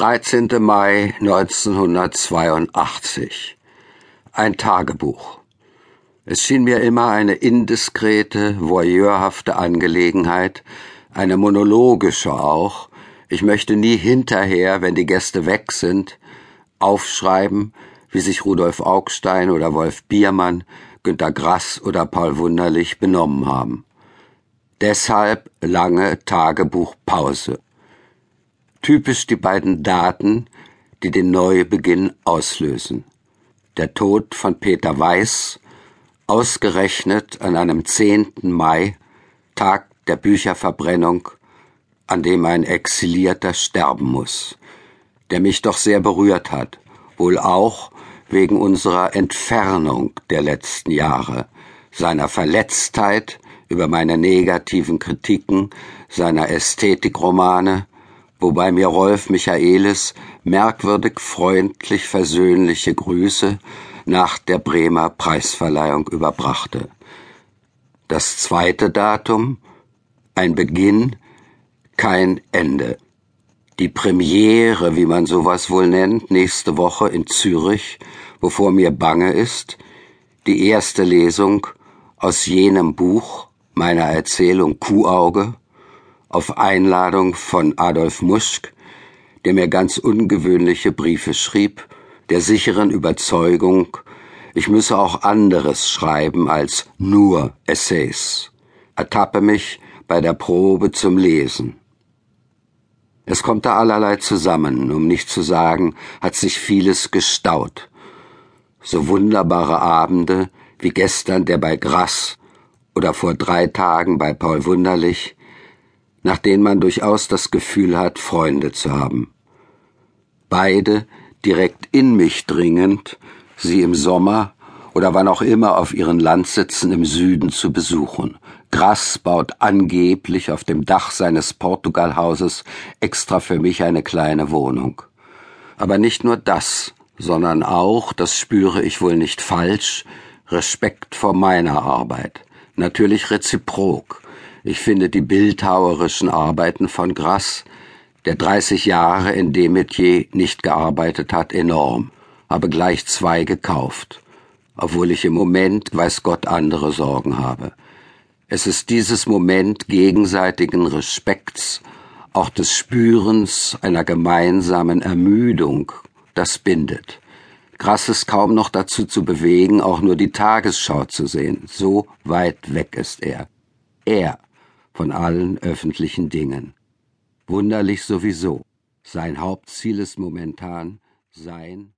13. Mai 1982. Ein Tagebuch. Es schien mir immer eine indiskrete, voyeurhafte Angelegenheit, eine monologische auch. Ich möchte nie hinterher, wenn die Gäste weg sind, aufschreiben, wie sich Rudolf Augstein oder Wolf Biermann, Günter Grass oder Paul Wunderlich benommen haben. Deshalb lange Tagebuchpause. Typisch die beiden Daten, die den Neubeginn auslösen. Der Tod von Peter Weiß, ausgerechnet an einem 10. Mai, Tag der Bücherverbrennung, an dem ein Exilierter sterben muss, der mich doch sehr berührt hat, wohl auch wegen unserer Entfernung der letzten Jahre, seiner Verletztheit über meine negativen Kritiken, seiner Ästhetikromane, wobei mir Rolf Michaelis merkwürdig freundlich versöhnliche Grüße nach der Bremer Preisverleihung überbrachte. Das zweite Datum, ein Beginn, kein Ende. Die Premiere, wie man sowas wohl nennt, nächste Woche in Zürich, wovor mir bange ist, die erste Lesung aus jenem Buch, meiner Erzählung Kuhauge, auf Einladung von Adolf Muschk, der mir ganz ungewöhnliche Briefe schrieb, der sicheren Überzeugung, ich müsse auch anderes schreiben als nur Essays. Ertappe mich bei der Probe zum Lesen. Es kommt da allerlei zusammen, um nicht zu sagen, hat sich vieles gestaut. So wunderbare Abende wie gestern der bei Grass oder vor 3 Tagen bei Paul Wunderlich, nach denen man durchaus das Gefühl hat, Freunde zu haben. Beide direkt in mich dringend, sie im Sommer oder wann auch immer auf ihren Landsitzen im Süden zu besuchen. Grass baut angeblich auf dem Dach seines Portugalhauses extra für mich eine kleine Wohnung. Aber nicht nur das, sondern auch, das spüre ich wohl nicht falsch, Respekt vor meiner Arbeit. Natürlich reziprok. Ich finde die bildhauerischen Arbeiten von Grass, der 30 Jahre in dem Metier nicht gearbeitet hat, enorm, habe gleich 2 gekauft, obwohl ich im Moment, weiß Gott, andere Sorgen habe. Es ist dieses Moment gegenseitigen Respekts, auch des Spürens einer gemeinsamen Ermüdung, das bindet. Grass ist kaum noch dazu zu bewegen, auch nur die Tagesschau zu sehen. So weit weg ist er. Er von allen öffentlichen Dingen. Wunderlich sowieso. Sein Hauptziel ist momentan sein